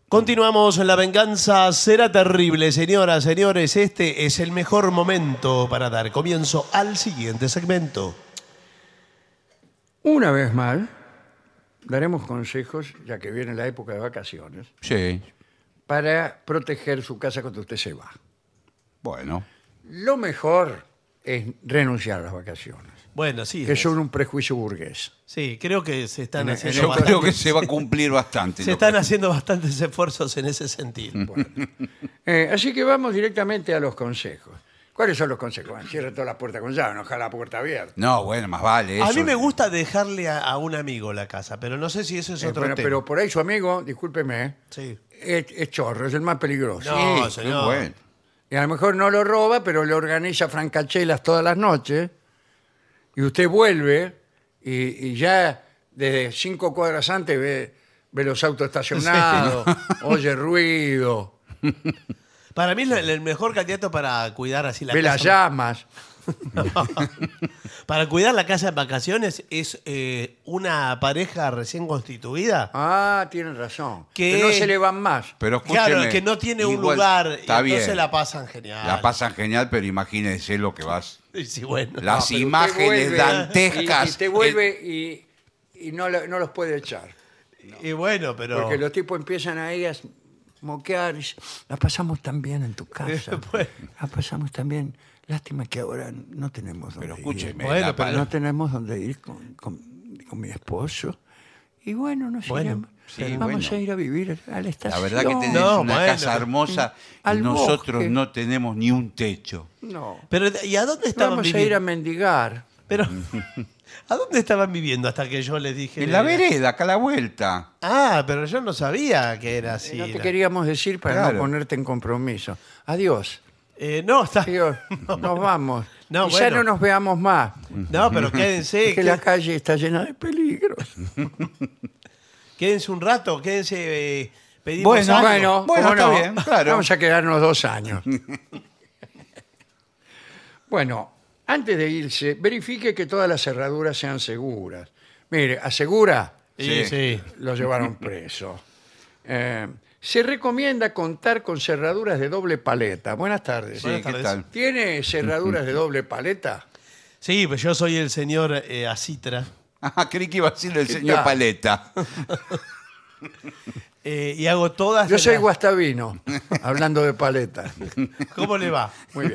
Continuamos, La venganza será terrible, señoras, señores. Este es el mejor momento para dar comienzo al siguiente segmento. Una vez más, daremos consejos, ya que viene la época de vacaciones, Sí, para proteger su casa cuando usted se va. bueno. Lo mejor es renunciar a las vacaciones, Bueno, sí. que son un prejuicio burgués. Sí, creo que se están En- haciendo en- Yo bastante- creo que se va a cumplir bastante. se están haciendo bastantes esfuerzos en ese sentido. Así que vamos directamente a los consejos. ¿Cuáles son los consejos? Bueno, cierre toda la puerta con llave, no dejar la puerta abierta. No, bueno, más vale A eso. mí me gusta dejarle a un amigo la casa, pero no sé si eso es otro Bueno, tema. pero por ahí su amigo, discúlpeme, Sí. es chorro, es el más peligroso. No, Sí, señor. qué bueno. Y a lo mejor no lo roba, pero le organiza francachelas todas las noches. Y usted vuelve y ya desde 5 cuadras antes ve los autos estacionados, oye ruido, Para mí el mejor candidato para cuidar así la ve las casa. llamas. Para cuidar la casa en vacaciones es una pareja recién constituida. Ah, tienen razón. ¿Qué? Que no se le van más. Pero escúcheme, Claro, que no tiene un igual, lugar y está entonces bien. la pasan genial. La pasan genial, pero imagínese lo que vas. Sí, bueno. Las Pero usted imágenes vuelve, dantescas. Y te vuelve y no los puede echar. Y bueno, pero... Porque los tipos empiezan ahí a moquear. Y dicen, la pasamos tan bien en tu casa. Bueno. La pasamos tan bien. Lástima que ahora no tenemos dónde Pero ir. escúcheme. Bueno, la- pero No tenemos dónde ir con mi esposo. Y bueno, nos Bueno, iremos. sí, Vamos bueno. a ir a vivir a la La estación. verdad que tenés No, una bueno. casa hermosa y Al nosotros bosque. no tenemos ni un techo. No. Pero, ¿y a dónde estaban Vamos a ir viviendo? a mendigar. Pero, ¿a dónde estaban viviendo hasta que yo les dije? En la vereda, acá a la vuelta. Ah, pero yo no sabía que era así. No te queríamos decir para Claro. no ponerte en compromiso. Adiós. No, está... Adiós. Nos vamos. No, Quizá bueno. no nos veamos más. No, pero quédense. Que la calle está llena de peligros. Quédense un rato, quédense... pedimos Bueno, algo. Bueno, Bueno, ¿cómo está no? bien, claro. Vamos a quedarnos 2 años. Bueno, antes de irse, verifique que todas las cerraduras sean seguras. Mire, asegura, Sí, sí. lo llevaron preso. Se recomienda contar con cerraduras de doble paleta. Buenas tardes. Sí, Buenas ¿qué tardes. tal? ¿Tiene cerraduras de doble paleta? Sí, pues yo soy el señor Acitra. Ah, creí que iba a decirle el ¿Qué señor tal? Paleta. Y hago todas... Yo soy las- guastavino, hablando de paleta. ¿Cómo le va? Muy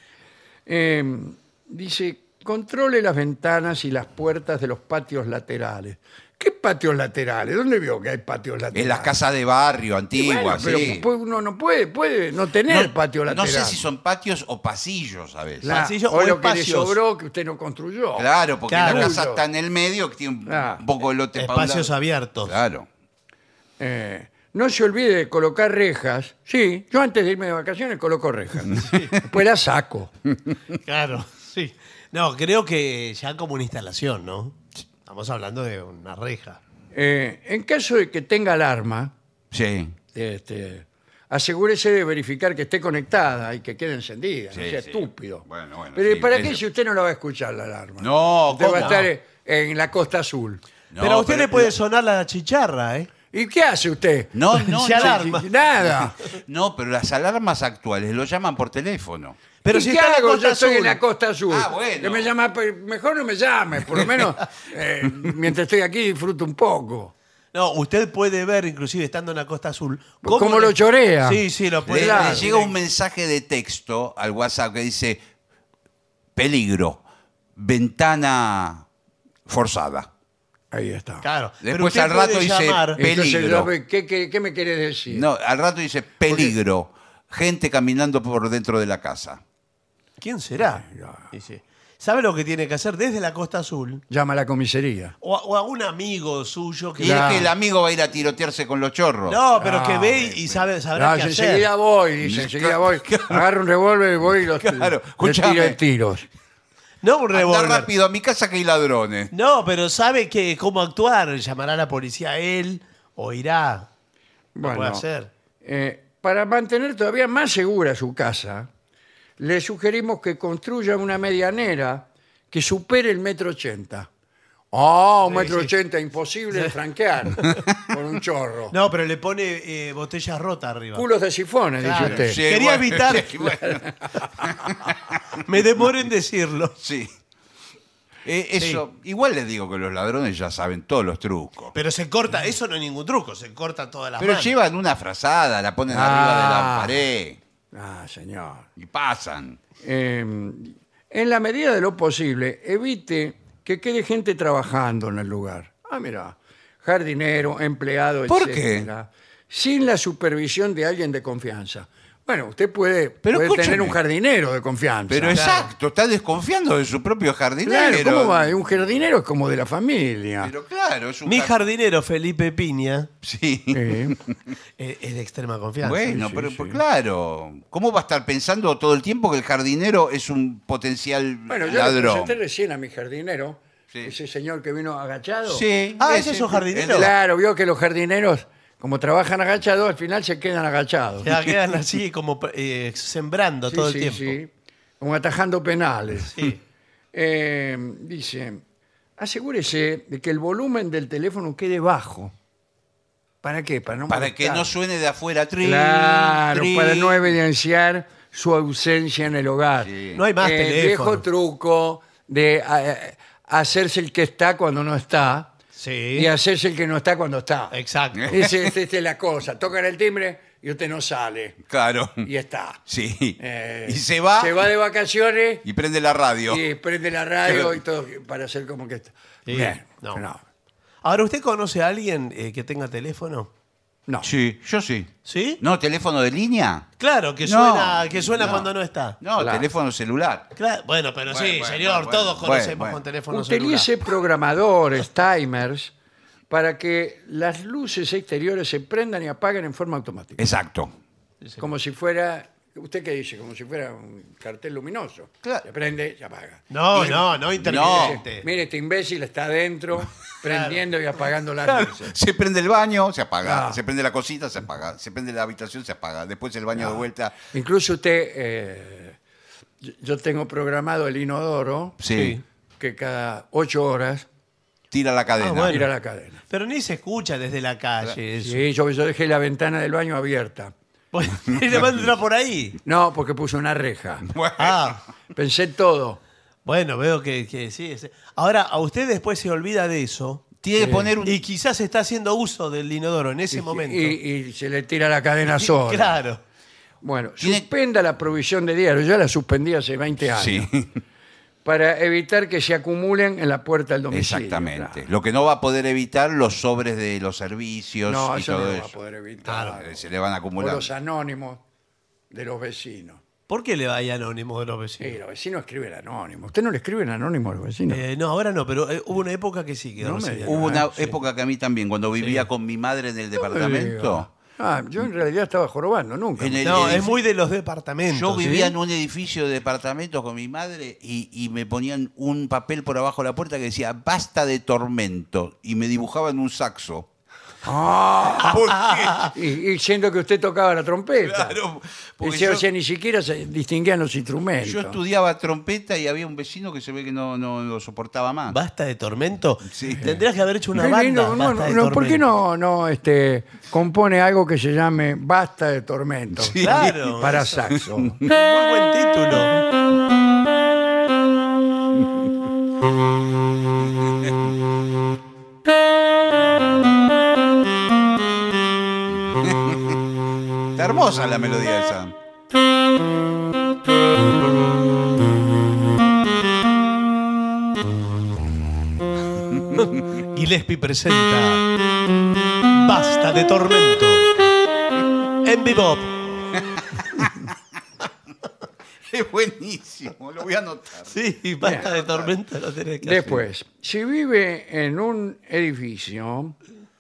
bien. Dice, controle las ventanas y las puertas de los patios laterales. ¿Qué patios laterales? ¿Dónde vio que hay patios laterales? En las casas de barrio Y antiguas, bueno, pero sí. uno no puede no tener patio No lateral. sé si son patios o pasillos a veces. Claro, pasillo o o lo que le espacios. sobró que usted no construyó. Claro, porque Claro. la casa está en el medio, que tiene un Claro. poco de lote para un Espacios lado. abiertos. Claro. No se olvide de colocar rejas. Sí, yo antes de irme de vacaciones coloco rejas. Después las saco. Claro, sí. No, creo que ya como una instalación, ¿no? Estamos hablando de una reja. En caso de que tenga alarma, Sí. asegúrese de verificar que esté conectada y que quede encendida. Sí, no sea sí. estúpido. Bueno, Pero sí, ¿para eso. qué si usted no la va a escuchar la alarma? No, Usted va a ¿cómo? estar en la Costa Azul. No, pero a usted pero- le puede sonar la chicharra, ¿eh? ¿Y qué hace usted? No, no, Se no. alarma. Nada. No, pero las alarmas actuales lo llaman por teléfono. Pero ¿Y si qué está en la hago? Costa Yo estoy en Azul. la Costa Azul. Ah, bueno. Que me llama, mejor no me llame, por lo menos mientras estoy aquí disfruto un poco. No, usted puede ver, inclusive estando en la Costa Azul... ¿Cómo lo chorea? Sí, sí, lo puede Le, Claro. le llega un mensaje de texto al WhatsApp que dice peligro, ventana forzada. Ahí está. Claro. Pero Después usted al rato puede dice- llamar- Entonces, peligro. ¿qué me querés decir? No, al rato dice peligro, gente caminando por dentro de la casa. ¿Quién será? Dice. ¿Sabe lo que tiene que hacer desde la Costa Azul? Llama a la comisaría. O a un amigo suyo que... Y es que el amigo va a ir a tirotearse con los chorros. No, pero que Ah, ve y sabrá No, qué hacer. enseguida voy, dice, enseguida voy. Agarro un revólver y voy y los Claro, les escúchame. tiro de tiros. No un Anda revólver. rápido a mi casa que hay ladrones. No, pero sabe que cómo actuar. Llamará a la policía a él o irá. Lo Bueno, puede hacer. Para mantener todavía más segura su casa, le sugerimos que construya una medianera que supere el 1,80 m. Oh, 1,80 m, imposible de franquear con un chorro. No, pero le pone botellas rotas arriba. Culos de sifones, Claro. dice usted. Sí, Quería bueno, evitar- sí, bueno, Me demoro en decirlo. sí. Eso, igual les digo que los ladrones ya saben todos los trucos. Pero se corta, eso no es ningún truco, se corta todas las Pero manos. llevan una frazada, la ponen arriba de la Ah. pared Ah, señor. y pasan. En la medida de lo posible, evite que quede gente trabajando en el lugar. Ah, mira, jardinero, empleado, ¿Por etcétera, sin la supervisión de alguien de confianza. Bueno, usted puede tener escúcheme. un jardinero de confianza. Pero exacto, está desconfiando de su propio jardinero. Claro, ¿cómo va? Un jardinero es como de la familia. Pero claro, es un Mi jardinero Felipe Piña Sí. es de extrema confianza. Bueno, sí, pero sí. pues, claro, ¿cómo va a estar pensando todo el tiempo que el jardinero es un potencial Bueno, yo le ladrón? presenté recién a mi jardinero, Sí. ese señor que vino agachado. Sí. Ah, ¿ese es un jardinero? Claro, vio que los jardineros, como trabajan agachados, al final se quedan agachados. Ya quedan así como sembrando Sí, todo el sí, tiempo. sí, como atajando penales. Sí. Dice, asegúrese de que el volumen del teléfono quede bajo. ¿Para qué? Para no Para que molestar. no suene de afuera. Claro, tri. para no evidenciar su ausencia en el hogar. Sí. No hay más El teléfono. viejo truco de hacerse el que está cuando no está Sí. y hacerse el que no está cuando está. Exacto. Esa es la cosa. Tocan el timbre y usted no sale. Claro. Y está. Sí. Eh, y se va, Se va de vacaciones y prende la radio. y prende la radio Claro. y todo para hacer como que está. Sí, Bien, no. no. Ahora, ¿usted conoce a alguien que tenga teléfono? No. Sí, yo sí. ¿Sí? ¿No, teléfono de línea? Claro, que No, suena no. cuando no está. No, Claro. teléfono celular. Claro, bueno, pero Bueno, sí, bueno, señor, bueno, todos bueno, conocemos bueno. con teléfono Utilice celular. programadores, timers, para que las luces exteriores se prendan y apaguen en forma automática. Exacto. Como si fuera, ¿usted qué dice? Como si fuera un cartel luminoso. Claro. Se prende, se apaga. No intermitente. Mire, este imbécil está adentro, prendiendo y apagando las luces. Se prende el baño, se apaga. Ah. Se prende la cosita, se apaga. Se prende la habitación, se apaga. Después el baño de vuelta. Incluso usted, yo tengo programado el inodoro, Sí. que cada 8 horas Tira la cadena. Ah, bueno. tira la cadena. Pero ni se escucha desde la calle eso. Sí, yo dejé la ventana del baño abierta. Bueno, y le va a entrar por ahí. No, porque puse una reja. Bueno, Ah, Pensé todo. bueno, veo que sí. Ahora, a usted después se olvida de eso tiene que poner un. y quizás está haciendo uso del inodoro en ese momento. Y se le tira la cadena sola. Claro. Bueno, Tiene- suspenda la provisión de diarios. Ya la suspendí hace 20 años. Sí, Para evitar que se acumulen en la puerta del domicilio. exactamente. Claro. Lo que no va a poder evitar los sobres de los servicios No, y eso todo no lo va eso. a poder evitar. Se le van a O acumular. los anónimos de los vecinos. ¿Por qué le va a anónimo de los Sí, vecinos? los vecinos escriben anónimo. ¿Usted no le escribe en anónimo a los vecinos? No, ahora no, pero hubo una época que sí que No me recibía. diga. Hubo una Sí. época que a mí también, cuando vivía con mi madre en el departamento. Yo en realidad estaba jorobando, nunca. En el- No, es edificio- muy de los departamentos. Yo ¿sí? vivía en un edificio de departamentos con mi madre y me ponían un papel por abajo de la puerta que decía basta de tormento y me dibujaban un saxo. Ah, y siendo que usted tocaba la trompeta. Claro, porque O yo, sea, ni siquiera se distinguían los instrumentos. yo estudiaba trompeta y había un vecino que se ve que no lo soportaba más. ¿Basta de tormento? Sí. Tendrías que haber hecho una Qué banda. lindo, Basta de ¿por qué Tormento. no compone algo que se llame Basta de Tormento? Sí. Claro. Para saxo. Muy buen título. Está hermosa la melodía esa. Gillespie presenta Basta de Tormento en vivo. Es buenísimo, lo voy a anotar. Sí, Basta de Tormento lo tenés que hacer. Después, si vive en un edificio,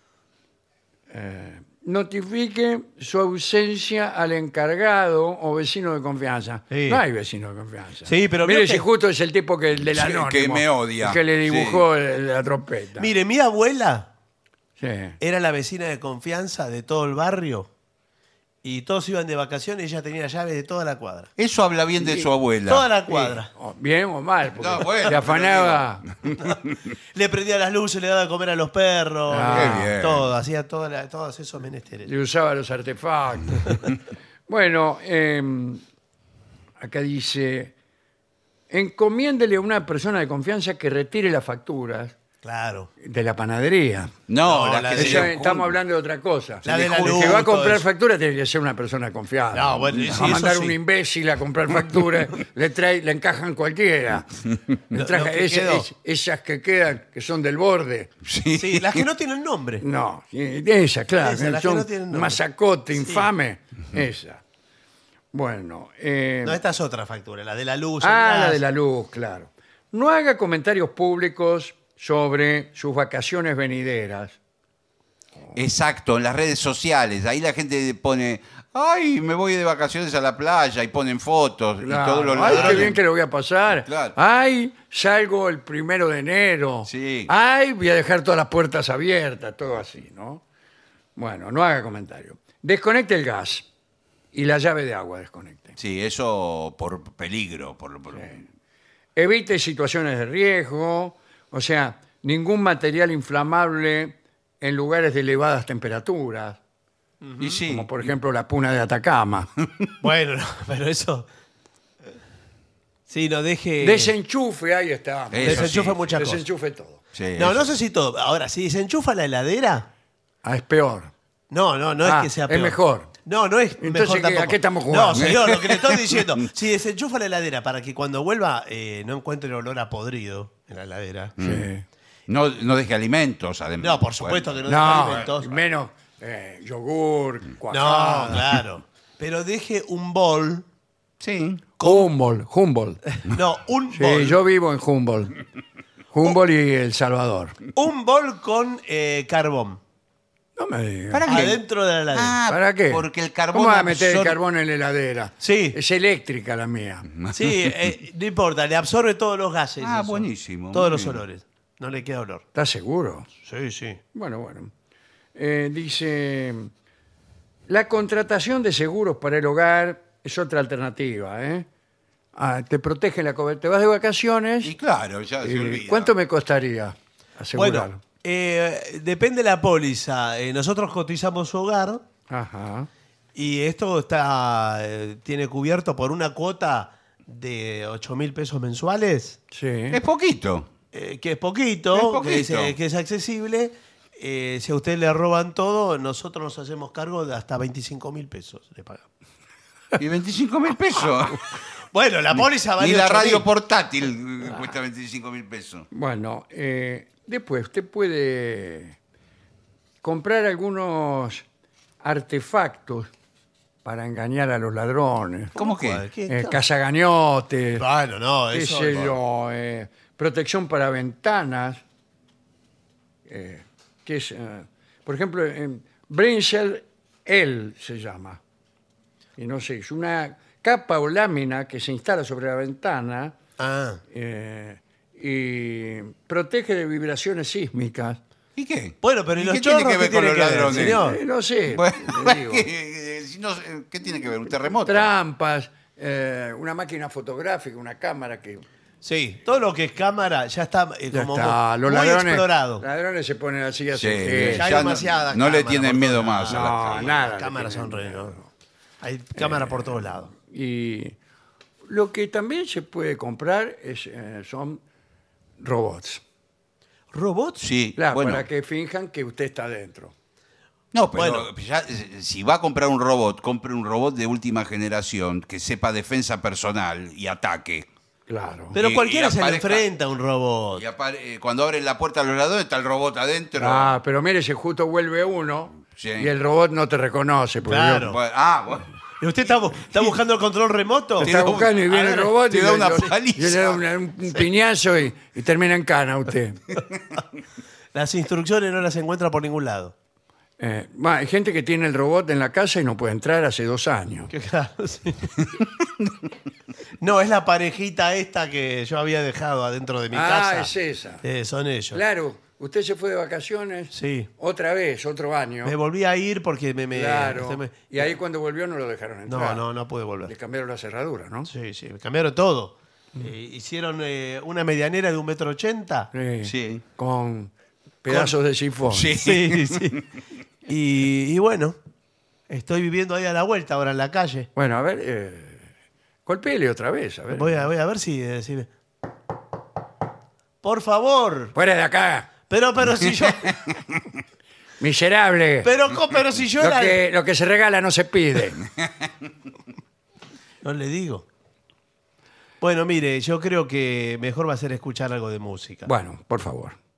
notifique su ausencia al encargado o vecino de confianza. Sí. No hay vecino de confianza. Sí, pero mire veo si que- justo es el tipo que el del Sí, anónimo. que me odia. el que le dibujó la trompeta. Mire, mi abuela Sí. era la vecina de confianza de todo el barrio y todos iban de vacaciones y ella tenía llaves de toda la cuadra. Eso habla bien de su abuela. Toda la cuadra. Bien o mal, porque No, bueno, le afanaba. Le prendía las luces, le daba de comer a los perros. Ah, qué bien. Todo, hacía todos esos menesteres. Le usaba los artefactos. Bueno, acá dice, encomiéndele a una persona de confianza que retire las facturas Claro. de la panadería. No, No, la la que de- se Eso, le estamos ocurre. hablando de otra cosa. La de la El luz, que va a todo comprar eso. factura tiene que ser una persona confiada. No, bueno, sí, Va a eso mandar sí. un imbécil a comprar facturas, le encajan cualquiera. Le traje lo que quedó. esas que quedan, que son del borde. Sí, las que no tienen nombre. No, esas, claro, Esas, las que son no tienen nombre. masacote, infame. Esa. Bueno. No, esta es otra factura, la de la luz. Ah, el la gas. de la luz, claro. No haga comentarios públicos sobre sus vacaciones venideras. Exacto, en las redes sociales. Ahí la gente pone, ay, me voy de vacaciones a la playa y ponen fotos y Claro. todos los Ay, qué ladrones. bien que lo voy a pasar. Claro. Ay, salgo el 1 de enero. Sí. Ay, voy a dejar todas las puertas abiertas, todo así, ¿no? Bueno, no haga comentario. Desconecte el gas y la llave de agua desconecte. Sí, eso por peligro. Evite situaciones de riesgo, o sea, ningún material inflamable en lugares de elevadas temperaturas, Y sí, como por ejemplo la puna de Atacama. Bueno, no, pero eso. Sí, no deje. Desenchufe, ahí está. Eso Desenchufa sí, muchas cosas. Desenchufe todo. sí, No, no eso. sé si todo. Ahora, si desenchufa la heladera. Ah, es peor. No, no Ah, es que sea es peor. mejor. No, no es Entonces, mejor tampoco. ¿a qué estamos jugando? No, señor, lo que le estoy diciendo. Si desenchufa la heladera para que cuando vuelva no encuentre el olor a podrido en la heladera. Sí. No, no deje alimentos, además. No, por supuesto que no deje No, alimentos. menos yogur, No, cuajada. claro. Pero deje un bol. Sí. Humboldt. No, un Sí, bol. yo vivo en Humboldt. Humboldt y El Salvador. Un bol con carbón. No me digas. ¿Para qué? Adentro de la heladera. ¿Para qué? Porque el carbón ¿Cómo va a meter el absorbe- carbón en la heladera? Sí. Es eléctrica la mía. Sí, no importa, le absorbe todos los gases. Ah, eso. buenísimo, Todos muy los bien. olores. No le queda olor. ¿Estás seguro? Sí, sí. Bueno. Dice, la contratación de seguros para el hogar es otra alternativa, ¿eh? Te protege la cobertura. Te vas de vacaciones. Y claro, ya se olvida. ¿Cuánto me costaría asegurar? Bueno, depende de la póliza. Nosotros cotizamos su hogar Ajá. y esto tiene cubierto por una cuota de 8.000 pesos mensuales, Sí. Es poquito. que es poquito, Es poquito. que es accesible. Si a usted le roban todo, nosotros nos hacemos cargo de hasta 25.000 pesos. Le pagamos. Y 25.000 pesos. Bueno, la póliza vale Ni la 8.000. radio portátil cuesta 25.000 pesos. Bueno, después usted puede comprar algunos artefactos para engañar a los ladrones. ¿Cómo que? Cazagañotes, Bueno, no, qué eso. sé yo, protección para ventanas, que es, por ejemplo, Brinsel L se llama. Y no sé, es una capa o lámina que se instala sobre la ventana Ah, y protege de vibraciones sísmicas. ¿Y qué? bueno, pero ¿y los qué tiene chorros que ver qué con tiene los que ver, ladrones? señor? No sé, Bueno, le digo. si no, ¿qué tiene que ver? ¿Un terremoto? Trampas, una máquina fotográfica, una cámara que Sí, todo lo que es cámara ya está ya como está. Los muy ladrones, explorado. ladrones se ponen así a Sí, hacer Ya hay ya demasiadas no le cámaras tienen por miedo todos más. lados. a las No, cámaras. nada. Las cámaras le son tienen re, miedo. ¿no? Hay cámaras por todos lados. Y lo que también se puede comprar son robots. ¿Robots? Sí, Claro, bueno. para que finjan que usted está dentro. No, pero Bueno. ya, si va a comprar un robot, compre un robot de última generación que sepa defensa personal y ataque. Claro. Pero Y- cualquiera y se le aparezca- enfrenta a un robot. Y cuando abren la puerta a los ladrones está el robot adentro. Ah, pero mire, si justo vuelve uno Sí. y el robot no te reconoce. Porque Claro. Bueno. ¿Y usted está buscando el control remoto? está buscando y viene a el ver, robot te y da una y paliza. le da un piñazo y termina en cana usted. Las instrucciones no las encuentra por ningún lado. Hay gente que tiene el robot en la casa y no puede entrar hace 2 años. Qué claro, sí. No, es la parejita esta que yo había dejado adentro de mi casa. Es esa. Son ellos. Claro, Usted se fue de vacaciones Sí. otra vez, otro año. Me volví a ir porque Claro. se Y ahí cuando volvió no lo dejaron entrar. No pude Le volver. cambiaron la cerradura, ¿no? Sí, sí, me cambiaron todo. Hicieron una medianera de 1,80 m. Sí. Con pedazos de sifón. Sí. Sí, sí. Y bueno, estoy viviendo ahí a la vuelta ahora en la calle. Bueno, a ver, golpéele otra vez, a ver. Voy a ver si... Por favor. ¡Fuera de acá! Pero si yo... ¡Miserable! Pero si yo era... Lo que se regala no se pide. No le digo. Bueno, mire, yo creo que mejor va a ser escuchar algo de música. Bueno, por favor.